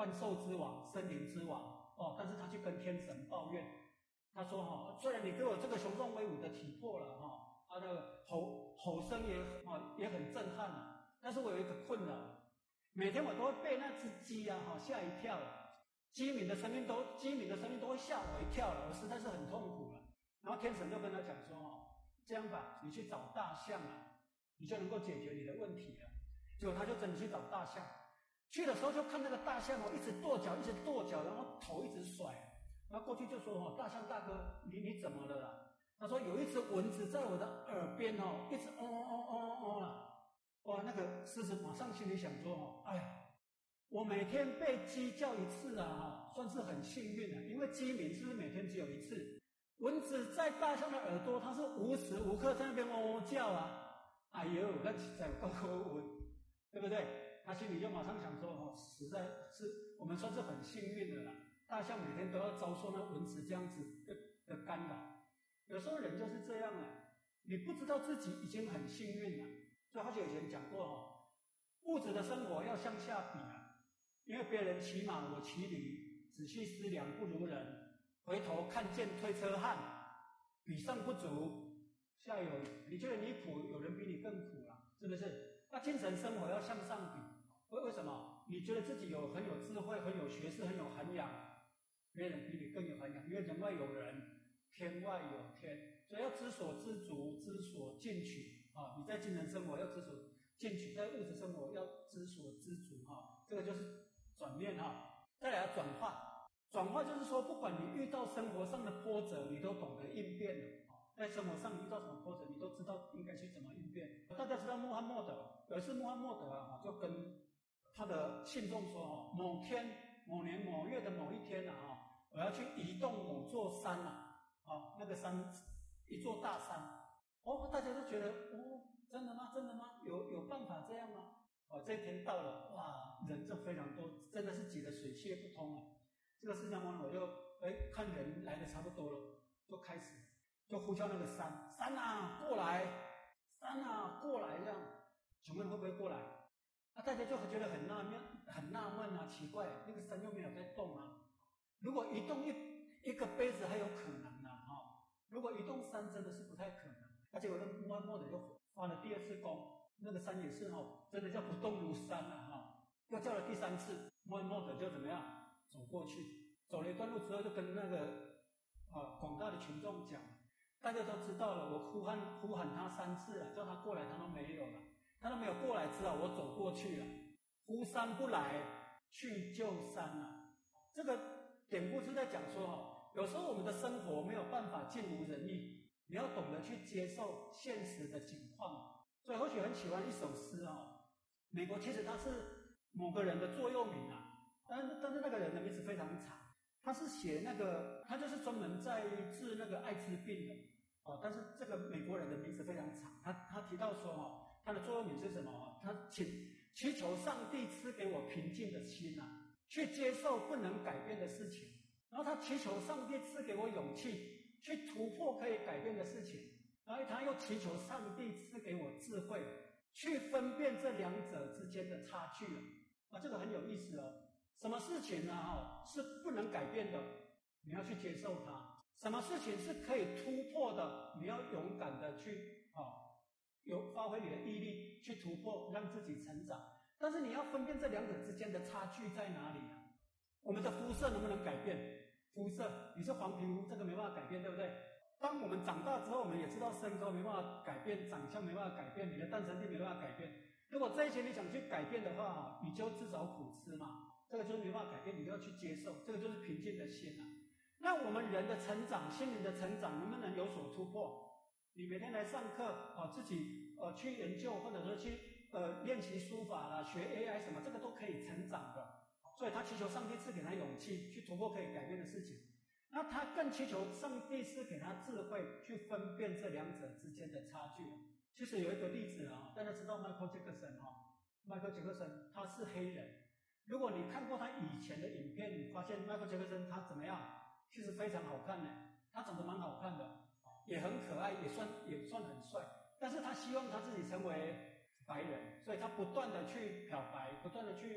万兽之王、森林之王哦，但是他去跟天神抱怨，他说虽然你给我这个雄壮威武的体魄了他的吼声也很震撼但是我有一个困扰，每天我都会被那只鸡吓一跳鸡鸣的声音都会吓我一跳我实在是很痛苦了。然后天神就跟他讲说这样吧，你去找大象你就能够解决你的问题了。结果他就真的去找大象，去的时候就看那个大象一直跺脚，然后头一直甩。然后过去就说大象大哥，你怎么了啦？他说有一只蚊子在我的耳边一直啦。哇，那个狮子马上心里想说哎呀，我每天被鸡叫一次算是很幸运了，因为鸡鸣是不是每天只有一次？蚊子在大象的耳朵，它是无时无刻在那边叫哎呦，那实在够蚊，对不对？他心里就马上想说实在是我们算是很幸运的啦。大象每天都要遭受那蚊子这样子的干扰。有时候人就是这样你不知道自己已经很幸运了。所以好久以前讲过物质的生活要向下比因为别人骑马我骑驴，仔细思量不如人，回头看见推车汉，比上不足，下有你觉得你苦，有人比你更苦是不是？那精神生活要向上比，为什么？你觉得自己很有智慧，很有学识，很有涵养，别人比你更有涵养，因为人外有人，天外有天，所以要知所知足，知所进取你在精神生活要知所进取，在物质生活要知所知足这个就是转念再来转化。转化就是说，不管你遇到生活上的波折，你都懂得应变了在生活上你遇到什么波折，你都知道应该去怎么应变。大家知道穆罕默德，有一次穆罕默德就跟他的信众说某天某年某月的某一天我要去移动某座山那个山一座大山大家都觉得真的吗？有办法这样吗？这一天到了，哇，人就非常多，真的是挤得水泄不通这个释迦牟尼我就看人来的差不多了，就开始就呼叫那个山过来，山过来，这样请问会不会过来？大家就觉得很纳闷奇怪，那个山又没有在动如果移动一个杯子还有可能如果移动山真的是不太可能。而且我的穆罕默德就发了第二次功，那个山也是真的叫不动如山又叫了第三次，穆罕默德就怎么样走过去，走了一段路之后就跟那个广大的群众讲，大家都知道了，我呼喊他3次叫他过来，他都没有了，他都没有过来，只好我走过去了。呼山不来，去就山这个典故是在讲说有时候我们的生活没有办法尽如人意，你要懂得去接受现实的情况。所以或许很喜欢一首诗美国其实他是某个人的座右铭但是那个人的名字非常长，他是写他就是专门在治那个艾滋病的但是这个美国人的名字非常长，他提到说他的座右铭是什么他祈求上帝赐给我平静的心去接受不能改变的事情，然后他祈求上帝赐给我勇气去突破可以改变的事情，然后他又祈求上帝赐给我智慧去分辨这两者之间的差距这个很有意思什么事情是不能改变的，你要去接受它；什么事情是可以突破的，你要勇敢的去发挥你的毅力去突破，让自己成长。但是你要分辨这两者之间的差距在哪里我们的肤色能不能改变？肤色，你是黄皮肤，这个没办法改变，对不对？当我们长大之后，我们也知道身高没办法改变，长相没办法改变，你的诞生地没办法改变。如果这一些你想去改变的话你就至少苦吃嘛，这个就是没办法改变，你就要去接受，这个就是平静的心那我们人的成长，心灵的成长能不能有所突破？你每天来上课自己去研究，或者说去练习书法啦，学 AI 什么，这个都可以成长的。所以他祈求上帝赐给他勇气去突破可以改变的事情，那他更祈求上帝赐给他智慧去分辨这两者之间的差距其实有一个例子大家知道迈克尔·杰克森迈克尔·杰克森他是黑人，如果你看过他以前的影片，你发现迈克尔·杰克森他怎么样？其实非常好看他长得蛮好看的，也很可爱，也算很帅，但是他希望他自己成为白人，所以他不断的去漂白，不断的去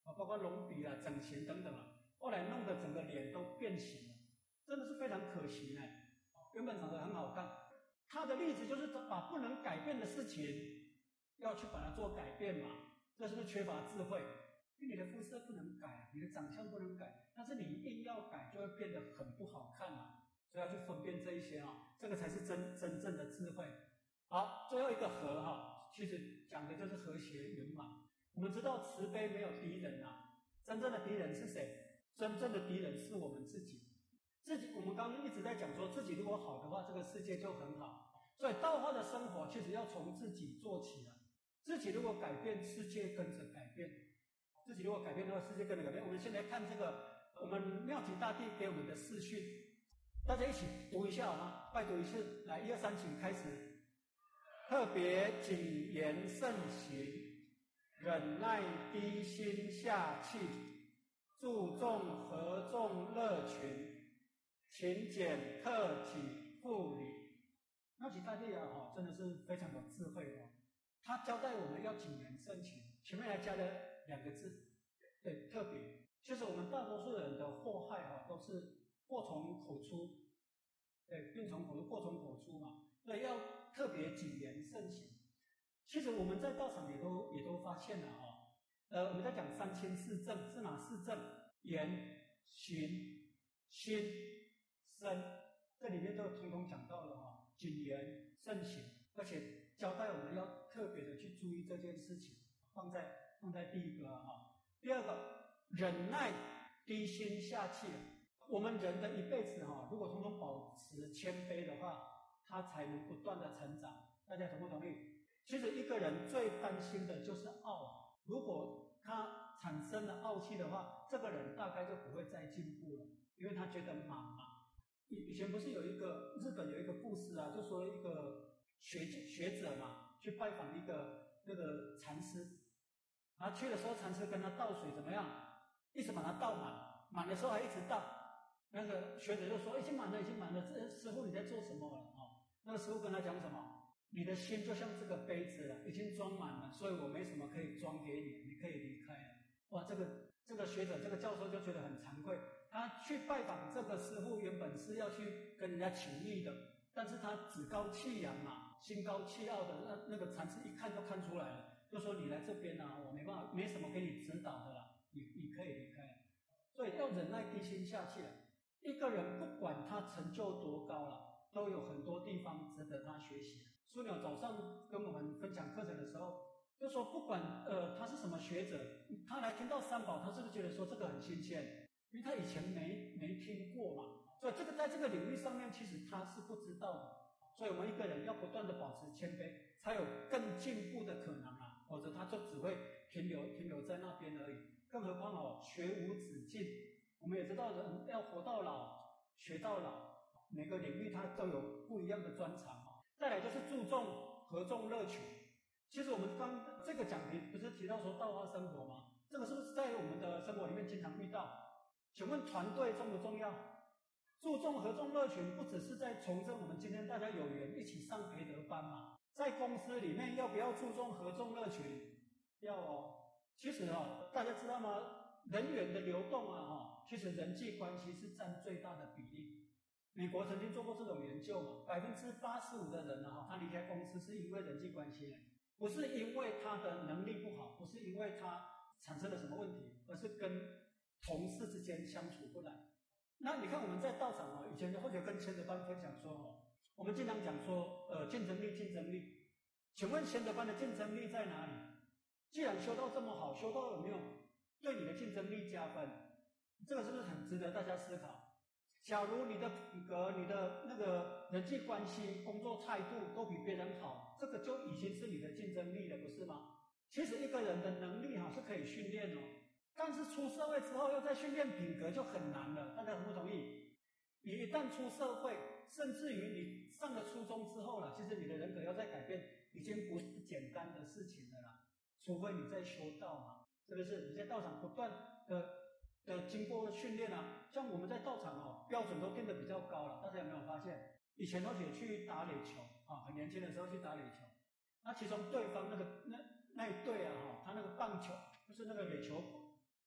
包括隆鼻啊、整形等等啊，后来弄得整个脸都变形了，真的是非常可惜呢。原本长得很好看，他的例子就是把不能改变的事情要去把它做改变嘛，这是不是缺乏智慧？因为你的肤色不能改，你的长相不能改，但是你硬要改，就会变得很不好看嘛。所以要去分辨这一些这个才是真正的智慧。好，最后一个和其实讲的就是和谐圆满。我们知道慈悲没有敌人真正的敌人是谁？真正的敌人是我们自己。我们刚刚一直在讲说，自己如果好的话，这个世界就很好。所以道化的生活其实要从自己做起来。自己如果改变，世界跟着改变。自己如果改变的话，世界跟着改变。我们先来看这个我们妙体大帝给我们的视讯，大家一起读一下拜读一次，来1、2、3，请开始。特别谨言慎行，忍耐低心下气，注重合众乐群，勤俭克己复礼。妙体大帝真的是非常有智慧他交代我们要谨言慎行，前面还加了2个字，对，特别。其实我们大多数人的祸害都是祸从口出，对，病从口出，祸从口出嘛，所以要特别谨言慎行。其实我们在道场也都发现了我们在讲3清4正，是哪4正？言、行、心、身，这里面都通通讲到了谨言慎行，而且交代我们要特别的去注意这件事情，放在第一个第二个，忍耐低心下气。我们人的一辈子如果通通保持谦卑的话，他才能不断的成长。大家同不同意？其实一个人最担心的就是傲如果他产生了傲气的话，这个人大概就不会再进步了，因为他觉得满嘛。以前不是有一个日本有一个故事就说一个学者嘛，去拜访一个那个禅师，然后去的时候禅师跟他倒水怎么样？一直把它倒满的时候还一直倒。那个学者就说已经满了，这师父你在做什么了那个师父跟他讲什么？你的心就像这个杯子了，已经装满了，所以我没什么可以装给你，你可以离开了。哇，这个学者这个教授就觉得很惭愧，他去拜访这个师父原本是要去跟人家请益的，但是他趾高气扬嘛，心高气傲的，那个禅师一看就看出来了，就说你来这边我没办法，没什么给你指导的啦，你可以离开了。所以要忍耐低心下气了。一个人不管他成就多高了，都有很多地方值得他学习。枢纽早上跟我们分享课程的时候就说，不管他是什么学者，他来听到三宝，他是不是觉得说这个很新鲜？因为他以前没听过嘛，所以在这个领域上面，其实他是不知道的。所以我们一个人要不断的保持谦卑，才有更进步的可能否则他就只会停留在那边而已。更何况学无止境。我们也知道人要活到老，学到老，每个领域它都有不一样的专长再来就是注重合众乐群。其实我们刚这个讲题不是提到说道化生活吗？这个是不是在我们的生活里面经常遇到？请问团队重不重要？注重合众乐群不只是在从政，我们今天大家有缘一起上培德班嘛，在公司里面要不要注重合众乐群？要其实大家知道吗？人员的流动其实人际关系是占最大的比例。美国曾经做过这种研究嘛，85%的人他离开公司是因为人际关系，不是因为他的能力不好，不是因为他产生了什么问题，而是跟同事之间相处不来。那你看我们在道场以前或者跟贤德班分享说我们经常讲说竞争力。请问贤德班的竞争力在哪里？既然修道这么好，修道有没有对你的竞争力加分？这个是不是很值得大家思考？假如你的品格、你的那个人际关系、工作态度都比别人好，这个就已经是你的竞争力了，不是吗？其实一个人的能力是可以训练但是出社会之后要再训练品格就很难了，大家同不同意？你一旦出社会，甚至于你上了初中之后其实你的人格要再改变，已经不是简单的事情了啦。除非你在修道嘛，是不是？你在道场不断的经过训练像我们在道场标准都定得比较高了。大家有没有发现？以前都也去打垒球很年轻的时候去打垒球，那其中对方那一队他那个棒球就是那个垒球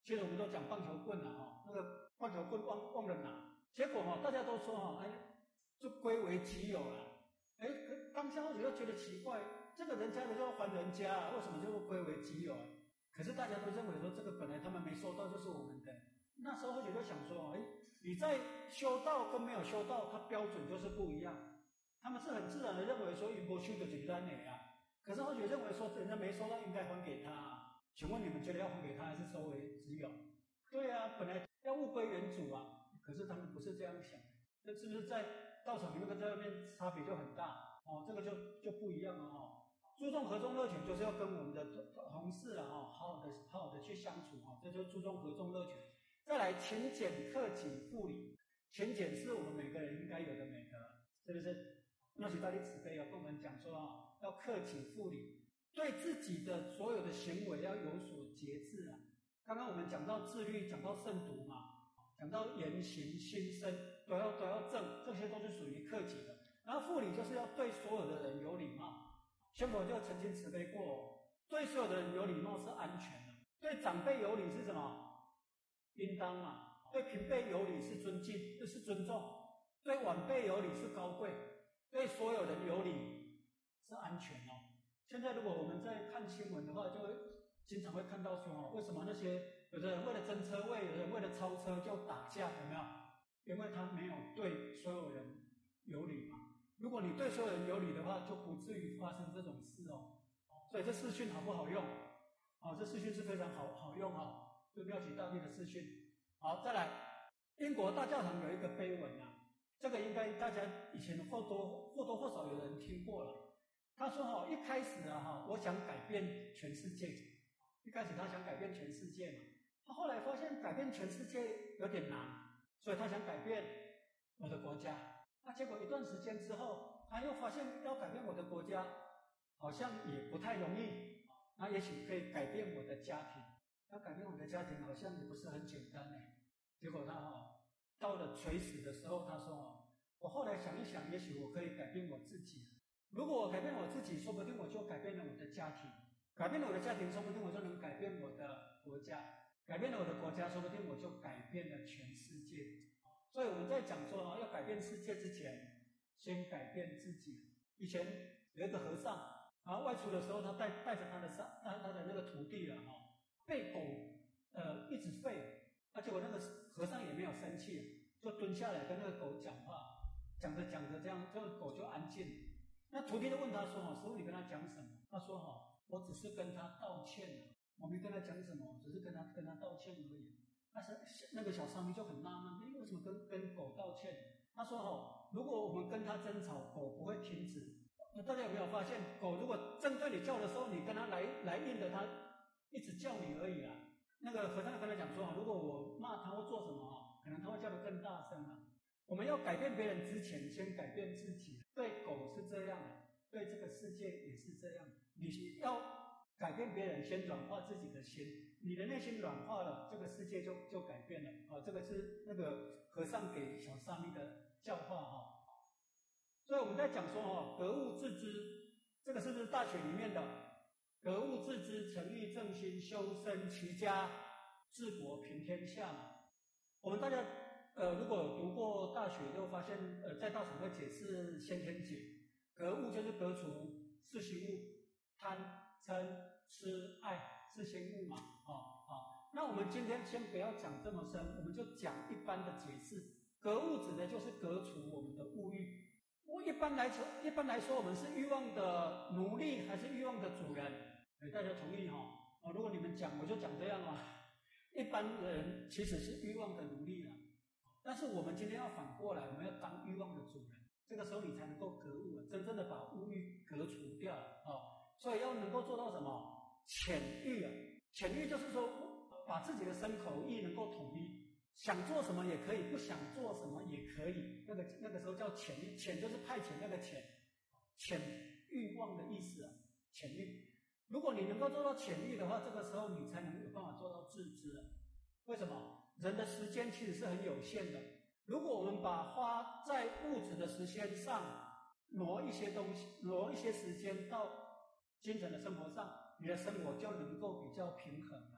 其实我们都讲棒球棍那个棒球棍忘了拿，结果大家都说就归为己有了。当下或许又觉得奇怪，这个人家的就要还人家为什么就归为己有可是大家都认为说这个本来他们没收到就是我们的。那时候或许就想说，你在修道跟没有修道，它标准就是不一样。他们是很自然的认为说，没修就简单可是或许认为说，人家没收到应该还给他。请问你们觉得要还给他，还是收为己有？对本来要物归原主可是他们不是这样想。那是不是在道场里面跟在外面差别就很大？这个就不一样了注重和众乐群，就是要跟我们的同事好好的去相处这就是注重和众乐群。再来勤俭克己复礼，勤俭是我们每个人应该有的美德，是不是？那许大力慈悲跟我们讲说要克己复礼，对自己的所有的行为要有所节制刚刚我们讲到自律，讲到慎独嘛，讲到言行心身都要正，这些都是属于克己的。然后复礼就是要对所有的人有礼貌。宣佛就曾经慈悲过，对所有的人有礼貌是安全的，对长辈有礼是什么？应当嘛。对平辈有礼是尊敬，是尊重；对晚辈有礼是高贵；对所有人有礼是安全现在如果我们在看新闻的话，就会经常会看到说为什么那些有的人为了争车位，有的人为了超车就打架，有没有？因为他没有对所有人有礼嘛。如果你对所有人有礼的话，就不至于发生这种事所以这视讯好不好用？这视讯是非常好用就妙起大帝的视讯。好，再来，英国大教堂有一个碑文这个应该大家以前或多或少有人听过了。他说一开始我想改变全世界，一开始他想改变全世界嘛，他后来发现改变全世界有点难，所以他想改变我的国家。结果一段时间之后，他又发现要改变我的国家好像也不太容易，那也许可以改变我的家庭。要改变我的家庭好像也不是很简单结果他到了垂死的时候，他说我后来想一想，也许我可以改变我自己。如果我改变我自己，说不定我就改变了我的家庭，改变了我的家庭，说不定我就能改变我的国家，改变了我的国家，说不定我就改变了全世界。所以我们在讲说要改变世界之前，先改变自己。以前有一个和尚外出的时候，他带着他的那个徒弟被狗一直吠，结果那个和尚也没有生气，就蹲下来跟那个狗讲话，讲着这样，这个狗就安静。那徒弟就问他说师父你跟他讲什么？他说我只是跟他道歉我没跟他讲什么，只是跟他道歉而已。但是那个小沙弥就很纳闷，为什么跟狗道歉？他说如果我们跟他争吵，狗不会停止。那大家有没有发现，狗如果正对你叫的时候，你跟他来硬的，他一直叫你而已那个和尚跟他讲说如果我骂他或做什么可能他会叫得更大声我们要改变别人之前，先改变自己。对狗是这样对这个世界也是这样。你要改变别人，先软化自己的心。你的内心软化了，这个世界就改变了这个是那个和尚给小沙弥的教化所以我们在讲说格物致知，这个是不是大学里面的？格物致知，诚意正心，修身齐家，治国平天下我们大家如果有读过大学，就发现在道场会解释先天解。格物就是革除四心物，贪嗔痴爱四心物嘛那我们今天先不要讲这么深，我们就讲一般的解释。格物指的就是革除我们的物欲。一般来说，我们是欲望的奴隶还是欲望的主人？大家同意如果你们讲，我就讲这样一般人其实是欲望的奴隶但是我们今天要反过来，我们要当欲望的主人。这个时候你才能够格物真正的把物欲革除掉所以要能够做到什么？潜欲潜欲就是说把自己的身口意能够统一，想做什么也可以，不想做什么也可以。那个时候叫潜欲，潜就是派遣那个潜欲望的意思潜欲。如果你能够做到潜欲的话，这个时候你才能有办法做到自知为什么？人的时间其实是很有限的。如果我们把花在物质的时间上挪一些东西，挪一些时间到精神的生活上，你的生活就能够比较平衡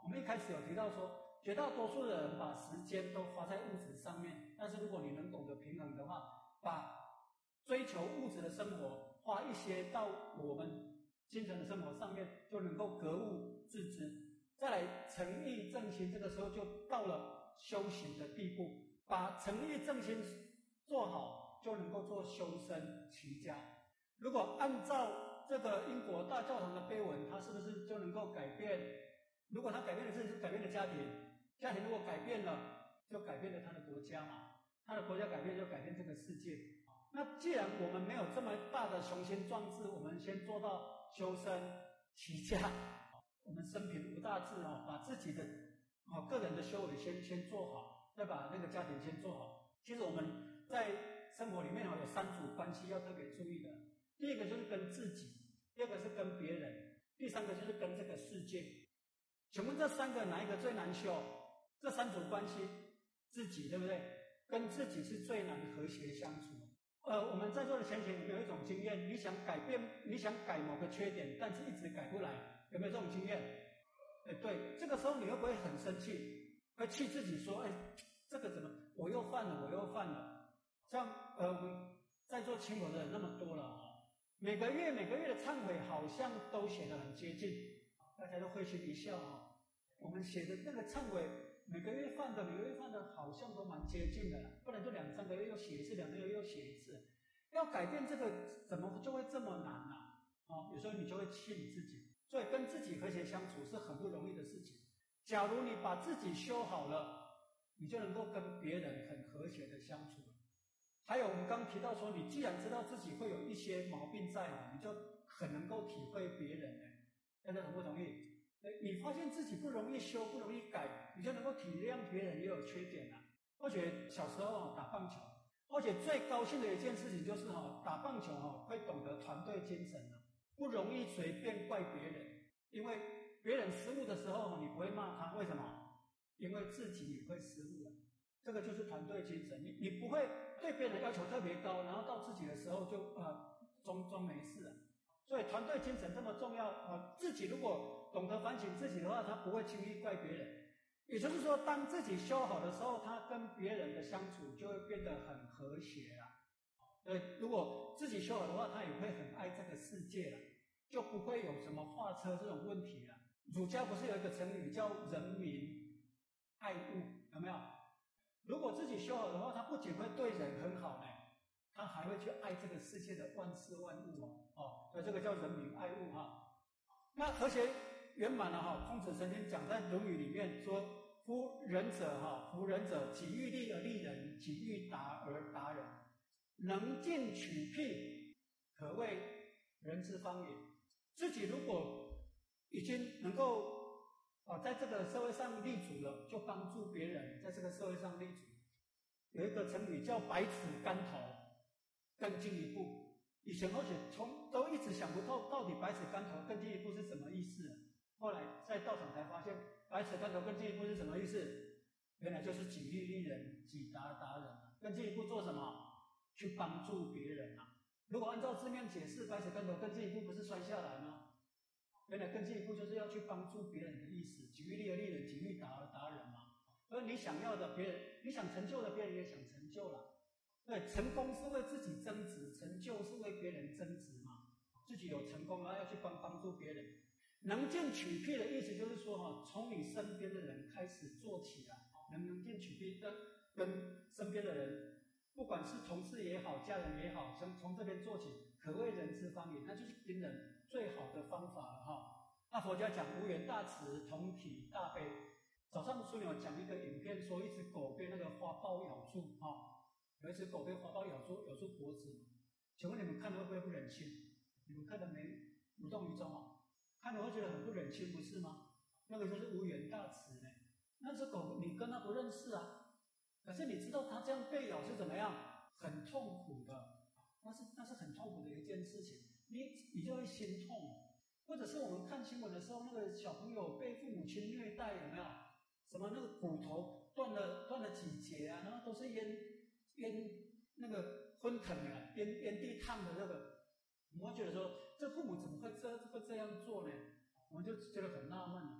我们一开始有提到说，绝大多数的人把时间都花在物质上面，但是如果你能懂得平衡的话，把追求物质的生活花一些到我们精神的生活上面，就能够格物致知。再来诚意正心，这个时候就到了修行的地步，把诚意正心做好，就能够做修身齐家。如果按照这个英国大教堂的碑文，它是不是就能够改变？如果它改变的是改变了家庭，家庭如果改变了，就改变了他的国家嘛，他的国家改变就改变这个世界。那既然我们没有这么大的雄心壮志，我们先做到修身齐家，我们生平无大志把自己的个人的修为先做好，再把那个家庭先做好。其实我们在生活里面有三组关系要特别注意的，第一个就是跟自己，第二个是跟别人，第三个就是跟这个世界。请问这三个哪一个最难修？这三组关系，自己对不对？跟自己是最难和谐相处。我们在座的前有没有一种经验？你想改某个缺点，但是一直改不来，有没有这种经验？对，这个时候你会不会很生气？会气自己说，这个怎么我又犯了？像我们在座亲友的人那么多了每个月的忏悔好像都写得很接近，大家都会心一笑我们写的那个忏悔，每个月犯的好像都蛮接近的了，不然就2-3个月又写一次，2个月又写一次。要改变这个，怎么就会这么难呢？有时候你就会气你自己。所以跟自己和谐相处是很不容易的事情。假如你把自己修好了，你就能够跟别人很和谐的相处了。还有我们刚提到说，你既然知道自己会有一些毛病在你就很能够体会别人大家同不同意？你发现自己不容易修，不容易改，你就能够体谅别人也有缺点或者小时候打棒球，而且最高兴的一件事情就是打棒球会懂得团队精神不容易随便怪别人，因为别人失误的时候你不会骂他，为什么？因为自己也会失误这个就是团队精神。你不会对别人要求特别高，然后到自己的时候就装没事所以团队精神这么重要自己如果懂得反省自己的话，他不会轻易怪别人。也就是说，当自己修好的时候，他跟别人的相处就会变得很和谐如果自己修好的话，他也会很爱这个世界就不会有什么画车这种问题儒家不是有一个成语叫人民爱物，有没有？如果自己修好的话，他不仅会对人很好他还会去爱这个世界的万事万物所以这个叫人民爱物那和谐圆满了孔子曾经讲在《论语》里面说：“夫仁者，己欲立而立人，己欲达而达人，能进取辟，可谓人之方也。”自己如果已经能够在这个社会上立足了，就帮助别人在这个社会上立足。有一个成语叫百尺竿头，更进一步。以前或许都一直想不透，到底百尺竿头更进一步是什么意思后来在道场才发现，百尺竿头更进一步是什么意思？原来就是己欲立人，己达达人更进一步做什么？去帮助别人如果按照字面解释，百尺竿头更进一步不是摔下来吗？原来更进一步就是要去帮助别人的意思，己欲立而立人，己欲达而达人而你想要的别人，你想成就的别人也想成就了。对，成功是为自己增值，成就是为别人增值自己有成功要去帮助别人。能进取辟的意思就是说从你身边的人开始做起来，能进取辟跟身边的人，不管是同事也好，家人也好，从这边做起，可谓人之方也，那就是给人最好的方法了那佛家讲无缘大慈，同体大悲。早上枢纽讲一个影片，说一只狗被那个花豹咬住有一只狗被花豹咬住脖子，请问你们看了会不会不忍心？你们看了没？无动于衷看了会觉得很不忍心，不是吗？那个就是无缘大慈那只狗你跟它不认识可是你知道它这样被咬是怎么样？很痛苦的，那是很痛苦的一件事情，你就会心痛。或者是我们看新闻的时候，那个小朋友被父母亲虐待，有没有？什么那个骨头断了几节然后都是烟那个昏腾烟蒂烫的那个，我们会觉得说，这父母怎么会这样做呢？我们就觉得很纳闷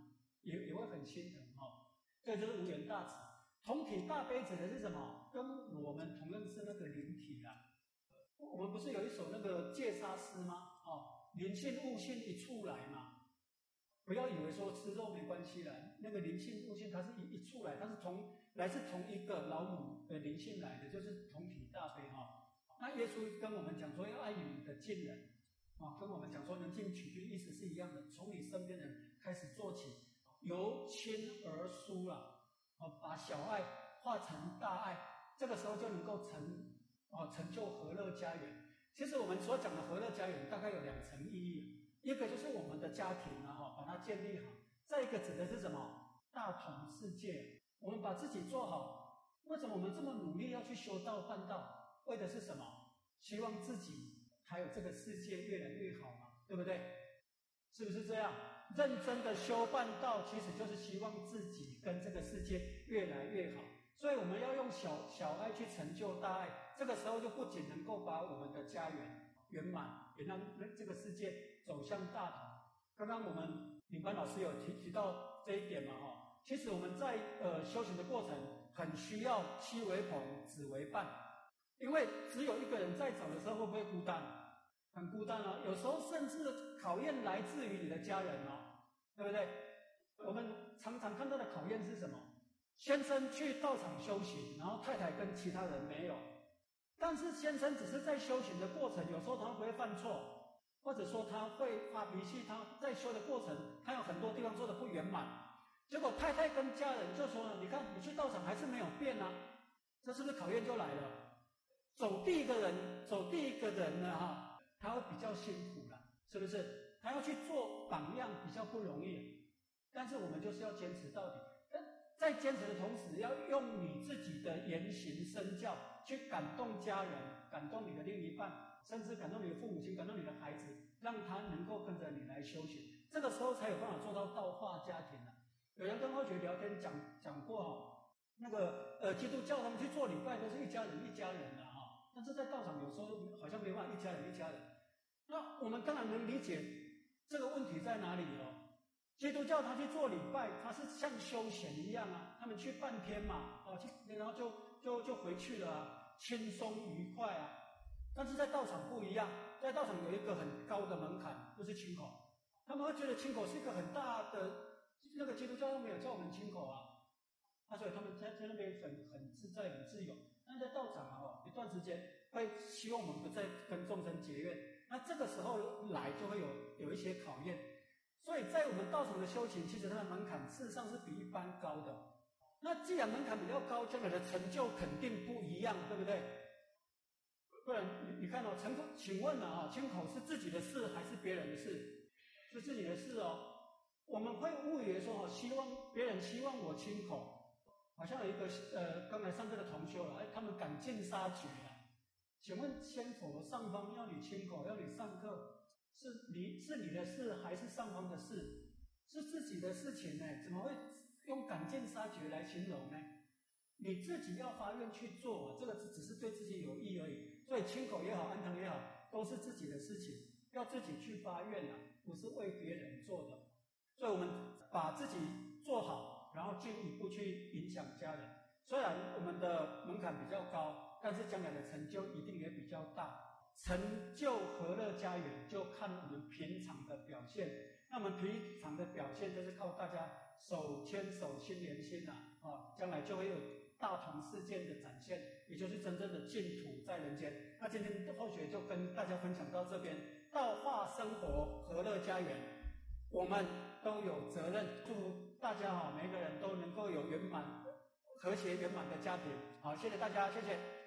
也会很心疼哦。这就是无缘大慈。同体大悲指的是什么？跟我们同样是那个灵体啦。我们不是有一首那个戒杀诗吗？哦，灵性悟性一处来嘛。不要以为说吃肉没关系啦，那个灵性悟性它是一处来，它是来自同一个老母的灵性来的，就是同体大悲哈。那耶稣跟我们讲说要爱你的近人啊，跟我们讲说能进取君，意思是一样的，从你身边人开始做起，由亲而疏啦，把小爱化成大爱，这个时候就能够成就和乐家园。其实我们所讲的和乐家园大概有2层意义，一个就是我们的家庭啊，把它建立好；再一个指的是什么？大同世界。我们把自己做好。为什么我们这么努力要去修道办道？为的是什么？希望自己还有这个世界越来越好嘛，对不对？是不是这样？认真的修办道，其实就是希望自己跟这个世界越来越好。所以我们要用小爱去成就大爱，这个时候就不仅能够把我们的家园圆满，也让这个世界走向大同。刚刚我们领班老师有提到这一点嘛，其实我们在修行的过程很需要妻为朋，子为伴，因为只有一个人在走的时候，会不会孤单？很孤单啊！有时候甚至考验来自于你的家人对不对？我们常常看到的考验是什么？先生去道场修行，然后太太跟其他人没有，但是先生只是在修行的过程，有时候他会犯错，或者说他会发脾气，他在修的过程，他有很多地方做的不圆满。结果太太跟家人就说：“你看，你去道场还是没有变啊，这是不是考验就来了？”走第一个人呢，他会比较辛苦啦，是不是？他要去做榜样比较不容易，但是我们就是要坚持到底。在坚持的同时，要用你自己的言行身教去感动家人，感动你的另一半，甚至感动你的父母亲，感动你的孩子，让他能够跟着你来修行。这个时候才有办法做到道化家庭啊。有人跟慧觉聊天讲过那个基督教他们去做礼拜都是一家人的但是在道场有时候好像没办法一家人。那我们当然能理解这个问题在哪里基督教他去做礼拜，他是像休闲一样他们去半天嘛，然后就回去了轻松愉快但是在道场不一样，在道场有一个很高的门槛，就是亲口。他们会觉得亲口是一个很大的，那个基督教都没有叫我们亲口所以他们在那边很自在很自由。但在道场一段时间会希望我们不再跟众生结怨，那这个时候来就会有一些考验。所以在我们道场的修行，其实它的门槛事实上是比一般高的。那既然门槛比较高，将来的成就肯定不一样，对不对？不然你看请问亲口是自己的事还是别人的事？是自己的事我们会误以为说别人希望我亲口，好像有一个刚来上课的同修他们赶尽杀绝请问仙佛上方要你亲口，要你上课，是你的事还是上方的事？是自己的事情呢？怎么会用赶尽杀绝来形容呢？你自己要发愿去做这个只是对自己有益而已。所以亲口也好，安堂也好，都是自己的事情，要自己去发愿不是为别人做的。所以我们把自己做好，然后进一步去影响家人。虽然我们的门槛比较高，但是将来的成就一定也比较大。成就和乐家园就看我们平常的表现。那么平常的表现就是靠大家手牵手心连心将来就会有大同世界的展现，也就是真正的净土在人间。那今天后学就跟大家分享到这边，道化生活和乐家园，我们都有责任。祝福大家每个人都能够有和谐圆满的家庭。好，谢谢大家，谢谢。